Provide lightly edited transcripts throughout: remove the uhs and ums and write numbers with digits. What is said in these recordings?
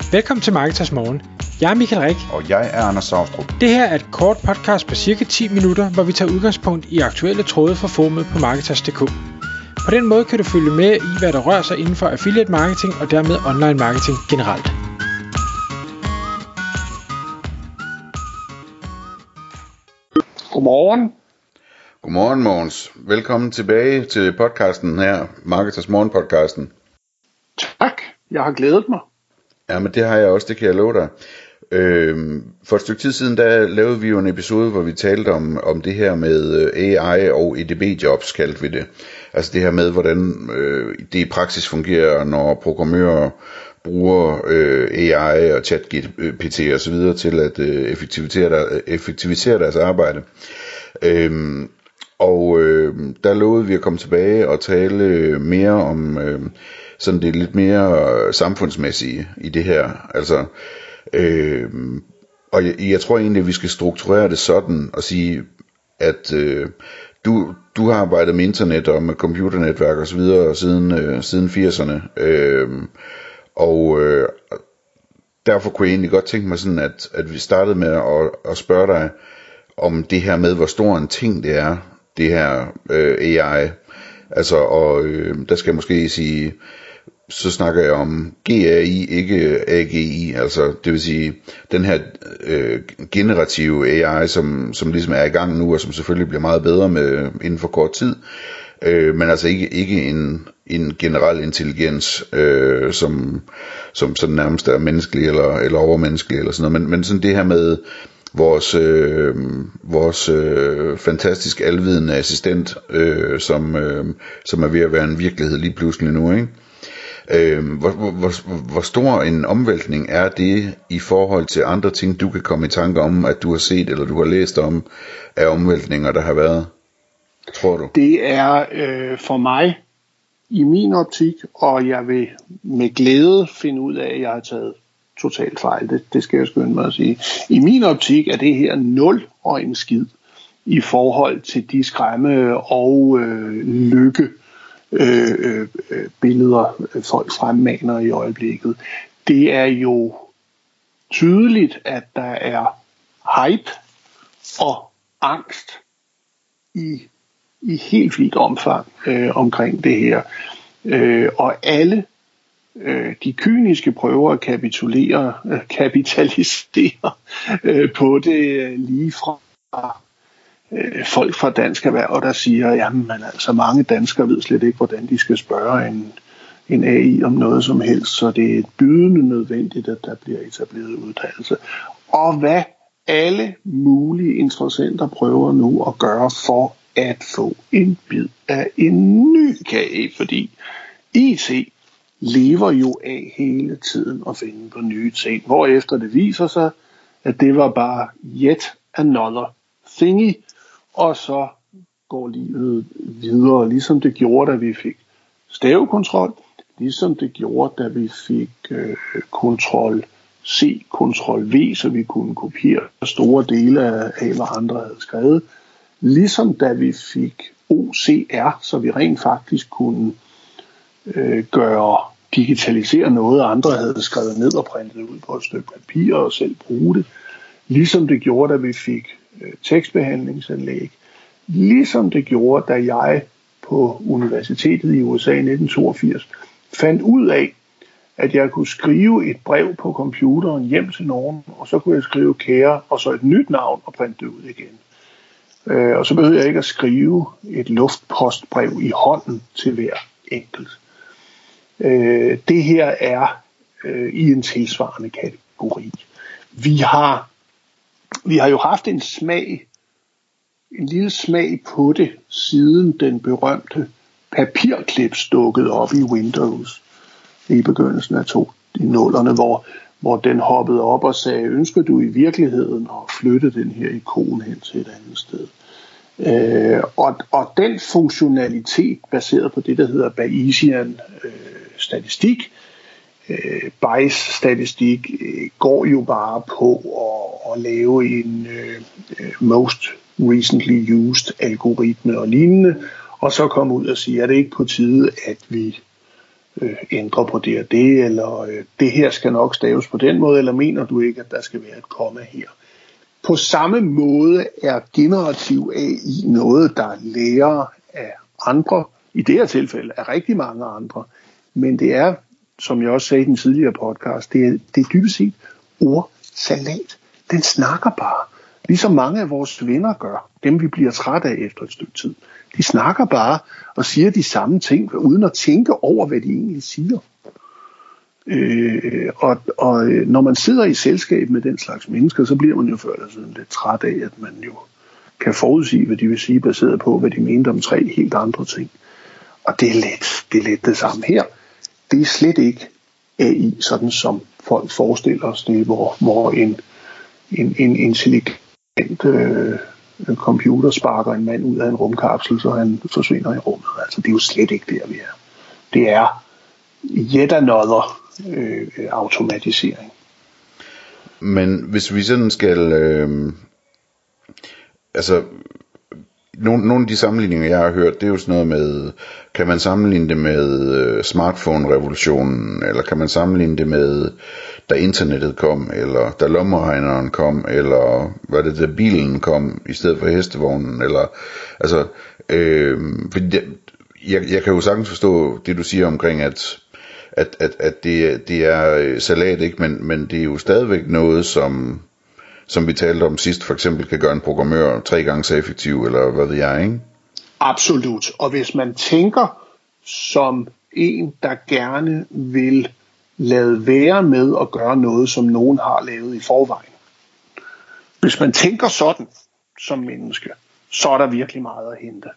Velkommen til Marketers Morgen. Jeg er Michael Rik. Og jeg er Anders Saustrup. Det her er et kort podcast på cirka 10 minutter, hvor vi tager udgangspunkt i aktuelle tråde fra forumet på Marketers.dk. På den måde kan du følge med i, hvad der rører sig inden for affiliate marketing og dermed online marketing generelt. Godmorgen. Godmorgen, Mogens. Velkommen tilbage til podcasten her, Marketers Morgen podcasten. Tak, jeg har glædet mig. Ja, men det har jeg også, det kan jeg love dig. For et stykke tid siden, der lavede vi jo en episode, hvor vi talte om det her med AI og EDB-jobs, kaldte vi det. Altså det her med, hvordan det i praksis fungerer, når programmører bruger AI og ChatGPT og så videre til at effektivisere deres arbejde. Der lovede vi at komme tilbage og tale mere om sådan det lidt mere samfundsmæssige i det her. Altså, og jeg tror egentlig, at vi skal strukturere det sådan og sige, at du har arbejdet med internet og med computernetværk og så videre siden 80'erne. Derfor kunne jeg egentlig godt tænke mig sådan, at vi startede med at spørge dig om det her med, hvor stor en ting det er, det her AI. Altså, der skal jeg måske sige, så snakker jeg om GAI, ikke AGI, altså det vil sige den her generative AI, som ligesom er i gang nu, og som selvfølgelig bliver meget bedre inden for kort tid, men altså ikke en generel intelligens, som sådan nærmest er menneskelig eller overmenneskelig eller sådan noget, men sådan det her med vores fantastisk alvidende assistent, som er ved at være en virkelighed lige pludselig nu, ikke? Hvor stor en omvæltning er det i forhold til andre ting, du kan komme i tanke om, at du har set eller du har læst om af omvæltninger, der har været, tror du? Det er for mig i min optik, og jeg vil med glæde finde ud af, at jeg har taget totalt fejl. Det skal jeg skynde mig at sige. I min optik er det her 0 og en skid i forhold til de skræmme og lykke billeder folk fremmaner i øjeblikket. Det er jo tydeligt, at der er hype og angst i helt vildt omfang omkring det her. Og alle de kyniske prøver at kapitalisere på det lige fra folk fra Dansk Erhverv, der siger, jamen altså mange danskere ved slet ikke, hvordan de skal spørge en AI om noget som helst, så det er bydende nødvendigt, at der bliver etableret uddannelse. Og hvad alle mulige interessenter prøver nu at gøre for at få en bid af en ny kage, fordi IT lever jo af hele tiden at finde på nye ting, hvorefter det viser sig, at det var bare yet another thingy, og så går livet videre, ligesom det gjorde, da vi fik stavekontrol, ligesom det gjorde, da vi fik kontrol C, kontrol V, så vi kunne kopiere store dele af, hvad andre havde skrevet, ligesom da vi fik OCR, så vi rent faktisk kunne digitalisere noget, andre havde skrevet ned og printet ud på et stykke papir og selv bruge det, ligesom det gjorde, da vi fik tekstbehandlingsanlæg, ligesom det gjorde, da jeg på universitetet i USA i 1982 fandt ud af, at jeg kunne skrive et brev på computeren hjem til nogen, og så kunne jeg skrive kære, og så et nyt navn og printe det ud igen. Og så behøvede jeg ikke at skrive et luftpostbrev i hånden til hver enkelt. Det her er i en tilsvarende kategori. Vi har jo haft en lille smag på det, siden den berømte papirklips dukkede op i Windows i begyndelsen af 2000'erne, hvor den hoppede op og sagde, ønsker du i virkeligheden at flytte den her ikon hen til et andet sted? Og den funktionalitet, baseret på det, der hedder Bayesian statistik, Bayes-statistik, går jo bare på at lave en most recently used algoritme og lignende, og så komme ud og sige, er det ikke på tide, at vi ændre på det og det, eller det her skal nok staves på den måde, eller mener du ikke, at der skal være et komma her? På samme måde er generativ AI noget, der lærer af andre, i det her tilfælde af rigtig mange andre, men det er, som jeg også sagde i den tidligere podcast, det er dybest set ordsalat. Den snakker bare, ligesom mange af vores venner gør, dem vi bliver træt af efter et stykke tid. De snakker bare og siger de samme ting, uden at tænke over, hvad de egentlig siger. Og når man sidder i selskab med den slags mennesker, så bliver man jo før eller siden lidt træt af, at man jo kan forudsige, hvad de vil sige, baseret på, hvad de mente om 3 helt andre ting. Og det er lidt det samme her. Det er slet ikke AI, sådan som folk forestiller os det, hvor en intelligent computer sparker en mand ud af en rumkapsel, så han forsvinder i rummet. Altså, det er jo slet ikke der, vi er. Det er yet another automatisering. Men hvis vi sådan skal... Nogle af de sammenligninger, jeg har hørt, det er jo sådan noget med, kan man sammenligne det med smartphone-revolutionen, eller kan man sammenligne det med, da internettet kom, eller da lommeregneren kom, eller var det da bilen kom, i stedet for hestevognen, eller, altså, jeg kan jo sagtens forstå det, du siger omkring, at det er salat, ikke, men det er jo stadigvæk noget, som vi talte om sidst, for eksempel kan gøre en programmør 3 gange så effektiv, eller hvad ved jeg, ikke? Absolut. Og hvis man tænker som en, der gerne vil lade være med at gøre noget, som nogen har lavet i forvejen. Hvis man tænker sådan som menneske, så er der virkelig meget at hente.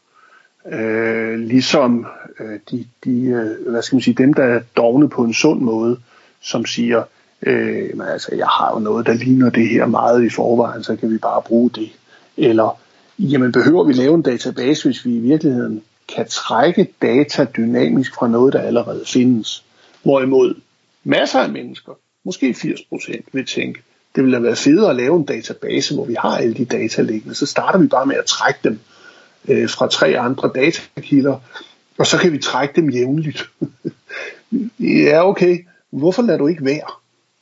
Ligesom hvad skal man sige, dem, der er dovne på en sund måde, som siger, jeg har jo noget, der ligner det her meget i forvejen, så kan vi bare bruge det. Eller, jamen behøver vi lave en database, hvis vi i virkeligheden kan trække data dynamisk fra noget, der allerede findes. Hvorimod masser af mennesker, måske 80%, vil tænke, det ville da være federe at lave en database, hvor vi har alle de data liggende. Så starter vi bare med at trække dem fra 3 andre datakilder, og så kan vi trække dem jævnligt. Ja, okay. Hvorfor lader du ikke være?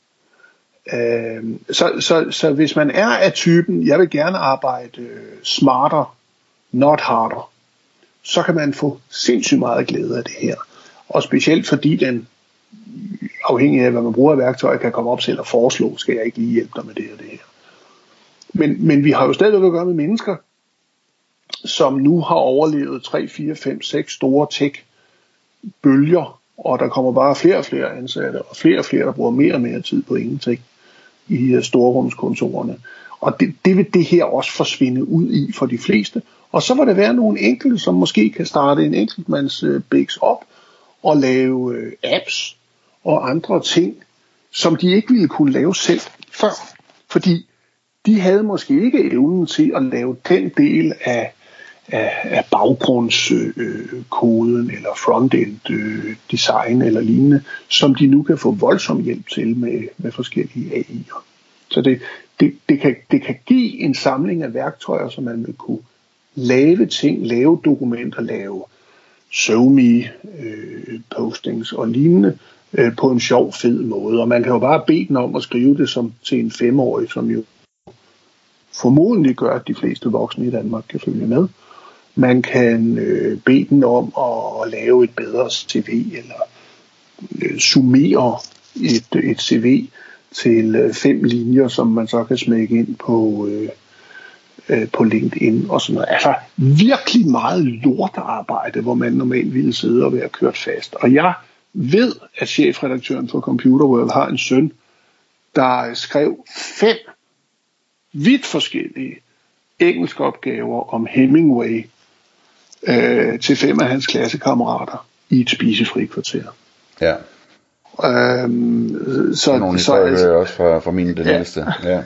Så hvis man er af typen, jeg vil gerne arbejde smarter, not harder, så kan man få sindssygt meget glæde af det her. Og specielt fordi den, afhængig af hvad man bruger af værktøjer, kan komme op selv og foreslå, skal jeg ikke lige hjælpe dig med det og det her. Men vi har jo stadig at gøre med mennesker, som nu har overlevet 3, 4, 5, 6 store tech-bølger, og der kommer bare flere og flere ansatte, og flere, der bruger mere og mere tid på ingenting i storrumskontorerne. Og det vil det her også forsvinde ud i for de fleste. Og så vil der være nogle enkelte, som måske kan starte en enkeltmands bigs op og lave apps og andre ting, som de ikke ville kunne lave selv før. Fordi de havde måske ikke evnen til at lave den del af baggrundskoden eller frontend design eller lignende, som de nu kan få voldsom hjælp til med forskellige AI'er. Så det kan give en samling af værktøjer, så man vil kunne lave ting, lave dokumenter, lave SoMe postings og lignende på en sjov, fed måde. Og man kan jo bare bede den om at skrive det som til en 5-årig, som jo formodentlig gør, at de fleste voksne i Danmark kan følge med. Man kan bede den om at lave et bedre CV, eller summere et CV til 5 linjer, som man så kan smække ind på LinkedIn og sådan noget. Altså virkelig meget lortarbejde, hvor man normalt ville sidde og være kørt fast. Og jeg ved, at chefredaktøren for Computerworld har en søn, der skrev 5 vidt forskellige engelske opgaver om Hemingway til 5 af hans klassekammerater i et spisefri kvarter. Ja. Så nogle historier hører jeg også fra min den ældste. Ja.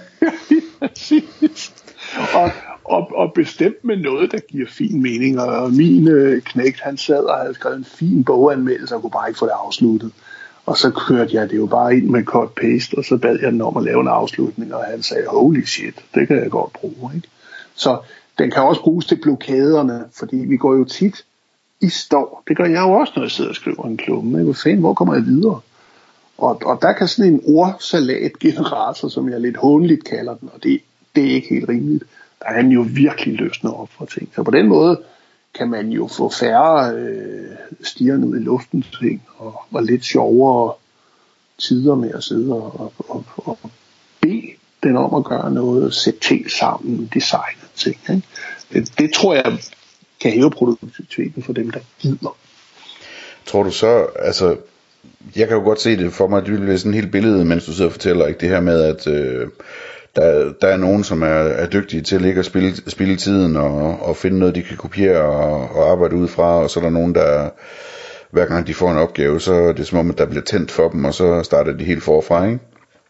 og bestemt med noget, der giver fin mening. Og min knægt, han sad og havde skrevet en fin boganmeldelse og kunne bare ikke få det afsluttet. Og så kørte jeg det jo bare ind med cut-paste, og så bad jeg den om at lave en afslutning, og han sagde, holy shit, det kan jeg godt bruge. Ikke? Så den kan også bruges til blokaderne, fordi vi går jo tit i står. Det gør jeg jo også, når jeg sidder og skriver en klumme. Hvor fanden, hvor kommer jeg videre? Og der kan sådan en ordsalatgenerator, som jeg lidt hånligt kalder den, og det er ikke helt rimeligt, der kan den jo virkelig løsne op for ting. Så på den måde kan man jo få færre stirren ud i luften ting, og lidt sjovere tider med at sidde og bede den om at gøre noget, sætte ting sammen, designe ting. Ikke? Det tror jeg kan hæve produktiviteten for dem, der gider. Tror du så, altså, jeg kan jo godt se det for mig, at det vil sådan et helt billede, mens du sidder og fortæller, ikke? Det her med, at der er nogen, som er dygtige til ikke at spille tiden og finde noget, de kan kopiere og arbejde ud fra, og så er der nogen, der hver gang de får en opgave, så er det som om, at der bliver tændt for dem, og så starter de helt forfra, ikke?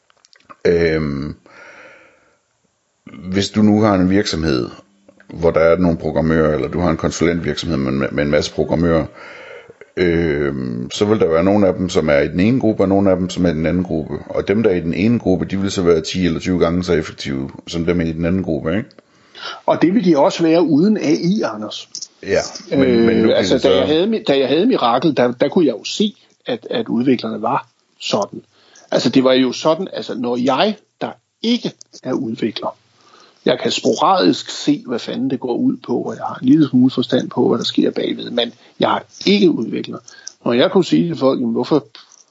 Hvis du nu har en virksomhed, hvor der er nogle programmører, eller du har en konsulentvirksomhed med en masse programmører, så vil der være nogle af dem, som er i den ene gruppe, og nogle af dem, som er i den anden gruppe. Og dem, der er i den ene gruppe, de vil så være 10 eller 20 gange så effektive, som dem i den anden gruppe, ikke? Og det vil de også være uden AI, Anders. Ja, men altså, da jeg havde Mirakel, der kunne jeg jo se, at udviklerne var sådan. Altså, det var jo sådan, altså, når jeg, der ikke er udvikler, jeg kan sporadisk se, hvad fanden det går ud på, og jeg har en lille smule forstand på, hvad der sker bagved, men jeg er ikke udvikler. Når jeg kunne sige til folk, jamen, hvorfor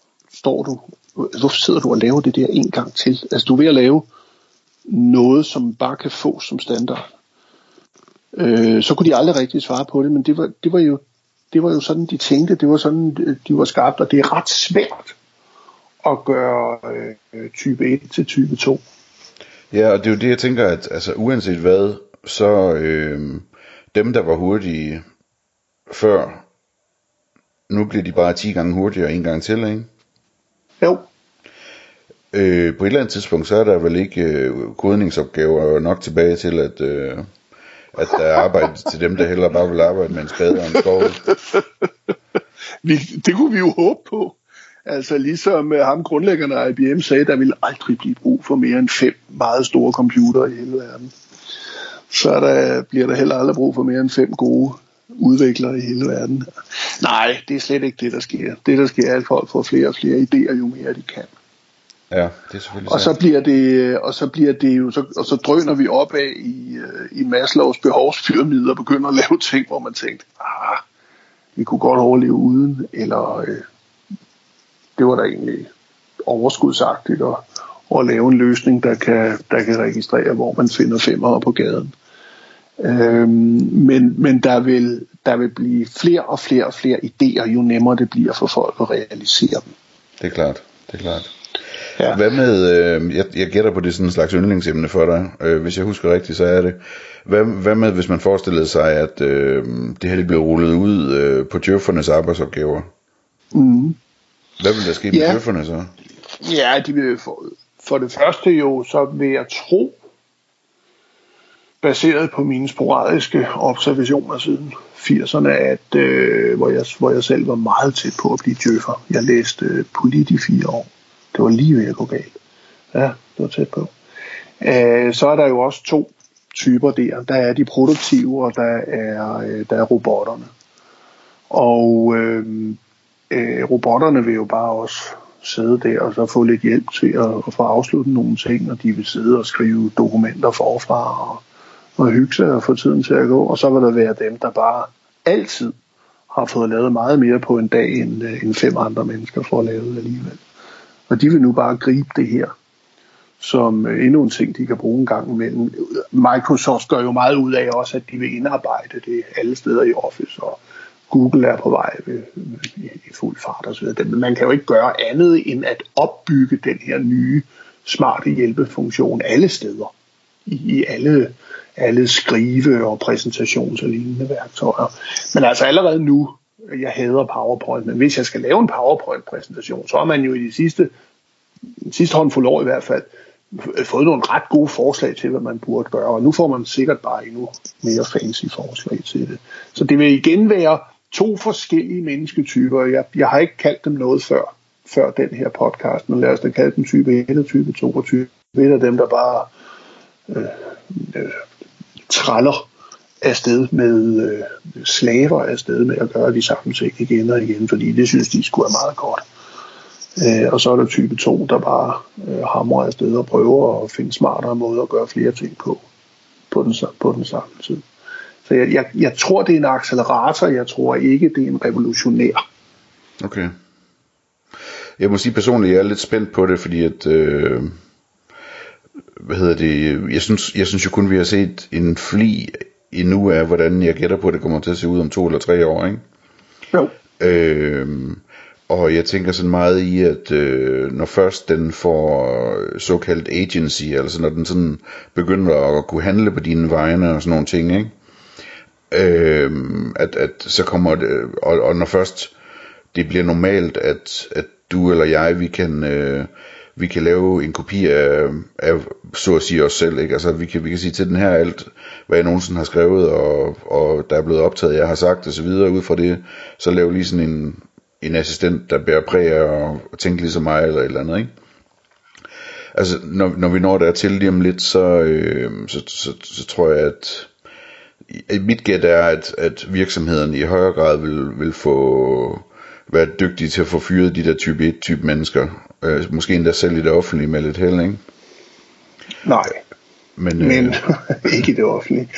sidder du og laver det der en gang til? Altså, du er ved at lave noget, som bare kan få som standard. Så kunne de aldrig rigtig svare på det, men det var jo sådan, de tænkte, det var sådan, de var skabt, og det er ret svært at gøre type 1 til type 2. Ja, og det er jo det, jeg tænker, at altså, uanset hvad, så dem, der var hurtige før, nu bliver de bare 10 gange hurtigere en gang til, ikke? Jo. På et eller andet tidspunkt, så er der vel ikke kodningsopgaver nok tilbage til, at der er arbejde til dem, der hellere bare vil arbejde med en spade og en skovl. Det kunne vi jo håbe på. Altså ligesom ham grundlæggerne af IBM sagde, der ville aldrig blive brug for mere end 5 meget store computere i hele verden. Så bliver der heller aldrig brug for mere end 5 gode udviklere i hele verden. Nej, det er slet ikke det, der sker. Det, der sker, er, at folk får flere og flere idéer, jo mere de kan. Ja, det er selvfølgelig. Og så bliver det jo, og så drøner vi opad i Maslows behovspyramide og begynder at lave ting, hvor man tænkte, vi kunne godt overleve uden, eller det var da egentlig overskudsagtigt at lave en løsning, der kan registrere, hvor man finder 5'ere på gaden. Men der vil blive flere og flere idéer, jo nemmere det bliver for folk at realisere dem. Det er klart. Ja. Hvad med, jeg gætter på det sådan en slags yndlingsemne for dig, hvis jeg husker rigtigt, så er det, hvad med hvis man forestillede sig, at det her det blev rullet ud på djøffernes arbejdsopgaver? Mm. Hvad vil der ske med djøfferne så? Ja, de vil for det første jo, så vil jeg tro, baseret på mine sporadiske observationer siden 80'erne, at hvor jeg selv var meget tæt på at blive djøffer. Jeg læste polit i 4 år. Det var lige ved at gå galt. Ja, det var tæt på. Så er der jo også 2 typer der. Der er de produktive, og der er robotterne. Og robotterne vil jo bare også sidde der og så få lidt hjælp til at få afsluttet nogle ting, og de vil sidde og skrive dokumenter forfra og hygge sig og få tiden til at gå. Og så vil der være dem, der bare altid har fået lavet meget mere på en dag, end 5 andre mennesker får lavet alligevel. Og de vil nu bare gribe det her som endnu en ting, de kan bruge en gang imellem. Microsoft gør jo meget ud af også, at de vil indarbejde det alle steder i Office, og Google er på vej i fuld fart og så videre. Man kan jo ikke gøre andet end at opbygge den her nye smarte hjælpefunktion alle steder. I alle skrive- og præsentations- og lignende værktøjer. Men altså allerede nu, jeg hader PowerPoint, men hvis jeg skal lave en PowerPoint-præsentation, så har man jo i de sidste håndfuld år i hvert fald fået nogle ret gode forslag til, hvad man burde gøre, og nu får man sikkert bare endnu mere fancy forslag til det. Så det vil igen være 2 forskellige mennesketyper. Jeg har ikke kaldt dem noget før den her podcast, men lad os da kalde dem type 1 og type 2 og type 1 af dem, der bare træller afsted med slaver afsted med at gøre de samme ting igen og igen, fordi det synes de skulle være meget godt. Og så er der type 2, der bare hamrer afsted og prøver at finde smartere måder at gøre flere ting på den samme tid. Så jeg tror, det er en accelerator, jeg tror ikke, det er en revolutionær. Okay. Jeg må sige personligt, jeg er lidt spændt på det, fordi at, jeg synes jo kun, vi har set en fli endnu af, hvordan jeg gætter på, at det kommer til at se ud om 2 eller 3 år, ikke? Jo. Og jeg tænker sådan meget i, at når først den får såkaldt agency, altså når den sådan begynder at kunne handle på dine vegne og sådan nogle ting, ikke? At så kommer det, og når først det bliver normalt, at du eller jeg, vi kan lave en kopi af så at sige os selv, ikke? Altså vi kan sige til den her alt, hvad jeg nogensinde har skrevet, og der er blevet optaget, jeg har sagt og så videre, ud fra det, så lave lige sådan en assistent, der bærer præg af at tænke ligesom mig, eller et eller andet, ikke? Altså, når vi når der til lige om lidt, så tror jeg, at mit gæt er, at virksomhederne i højere grad vil få være dygtige til at få fyret de der type 1-type mennesker. Måske endda selv i det offentlige med lidt held, ikke? Nej, men ikke i det offentlige.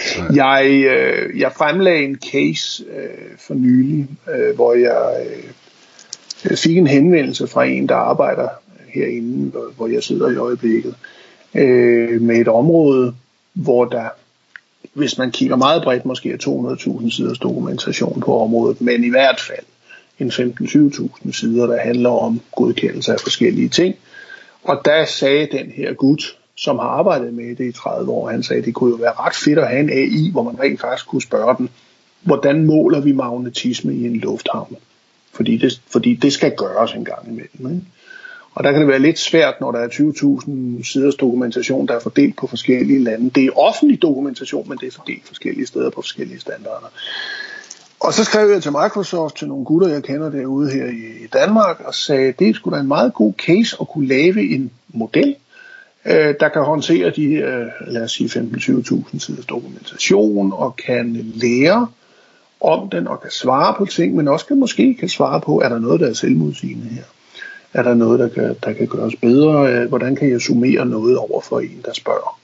Jeg fremlagde en case for nylig, hvor jeg fik en henvendelse fra en, der arbejder herinde, hvor jeg sidder i øjeblikket, med et område, hvor der, hvis man kigger meget bredt, måske er 200.000 siders dokumentation på området, men i hvert fald en 15-20.000 sider, der handler om godkendelse af forskellige ting. Og der sagde den her gut, som har arbejdet med det i 30 år, han sagde, at det kunne jo være ret fedt at have en AI, hvor man rent faktisk kunne spørge den, hvordan måler vi magnetisme i en lufthavn? Fordi det skal gøres en gang imellem, ikke? Og der kan det være lidt svært, når der er 20.000 siders dokumentation, der er fordelt på forskellige lande. Det er offentlig dokumentation, men det er fordelt forskellige steder på forskellige standarder. Og så skrev jeg til Microsoft, til nogle gutter, jeg kender derude her i Danmark, og sagde, det skulle da en meget god case at kunne lave en model, der kan håndtere de her, lad os sige 15-20.000 siders dokumentation, og kan lære om den, og kan svare på ting, men også måske kan svare på, er der noget, der er selvmodsigende her? Er der noget, der kan gøres bedre? Hvordan kan jeg summere noget over for en, der spørger?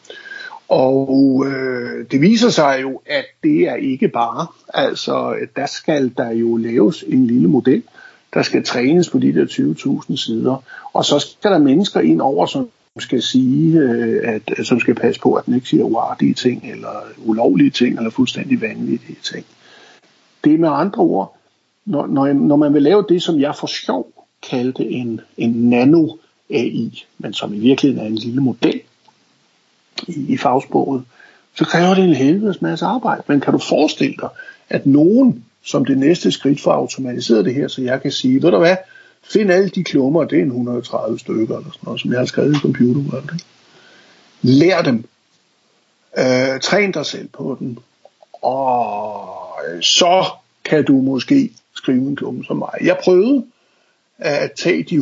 Og det viser sig jo, at det er ikke bare. Altså, der skal der jo laves en lille model, der skal trænes på de der 20.000 sider. Og så skal der mennesker ind over, som skal sige, som skal passe på, at den ikke siger uartige ting, eller ulovlige ting, eller fuldstændig vanvittige ting. Det er med andre ord, når man vil lave det, som jeg for sjov kaldte en nano-AI, men som i virkeligheden er en lille model i fagsproget, så kræver det en helvedes masse arbejde. Men kan du forestille dig, at nogen som det næste skridt får automatiseret det her, så jeg kan sige, ved du hvad, find alle de klummer, det er en 130 stykker, eller sådan noget, som jeg har skrevet i computer. Lær dem. Træn dig selv på den. Og så kan du måske skrive en klumme som mig. Jeg prøvede at tage de 120-30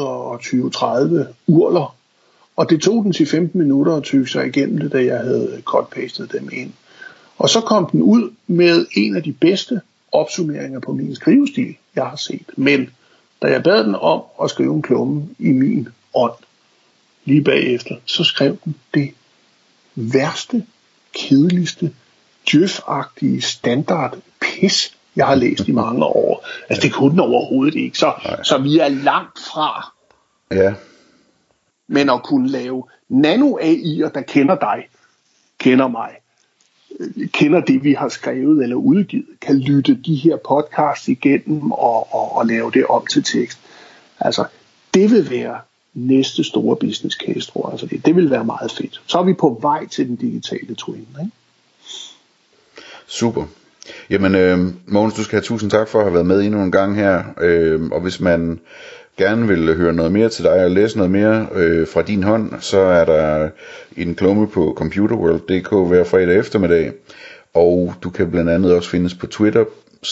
urler, og det tog den til 15 minutter at tygge sig igennem det, da jeg havde cut-pastet dem ind. Og så kom den ud med en af de bedste opsummeringer på min skrivestil, jeg har set. Men da jeg bad den om at skrive en klumme i min ånd lige bagefter, så skrev den det værste, kedeligste, djøf-agtige standard pis, jeg har læst i mange år. Altså det kunne den overhovedet ikke. Så vi er langt fra. Ja. Men at kunne lave nano-AI'er, der kender dig, kender mig, kender det, vi har skrevet eller udgivet, kan lytte de her podcasts igennem og lave det om til tekst. Altså, det vil være næste store business case, tror jeg. Altså, det vil være meget fedt. Så er vi på vej til den digitale twin, ikke? Super. Jamen, Mogens, du skal have tusind tak for at have været med endnu en gang her. Og hvis man gerne vil høre noget mere til dig og læse noget mere fra din hånd, så er der en klumme på computerworld.dk hver fredag eftermiddag. Og du kan blandt andet også findes på Twitter,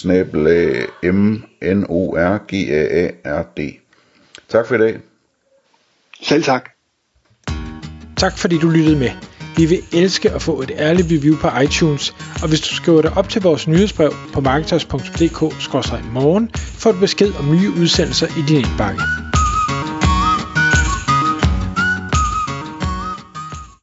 @MNORGAARD. Tak for i dag. Selv tak. Tak fordi du lyttede med. Vi vil elske at få et ærligt review på iTunes, og hvis du skriver dig op til vores nyhedsbrev på marketers.dk/morgen, får du besked om nye udsendelser i din indbakke.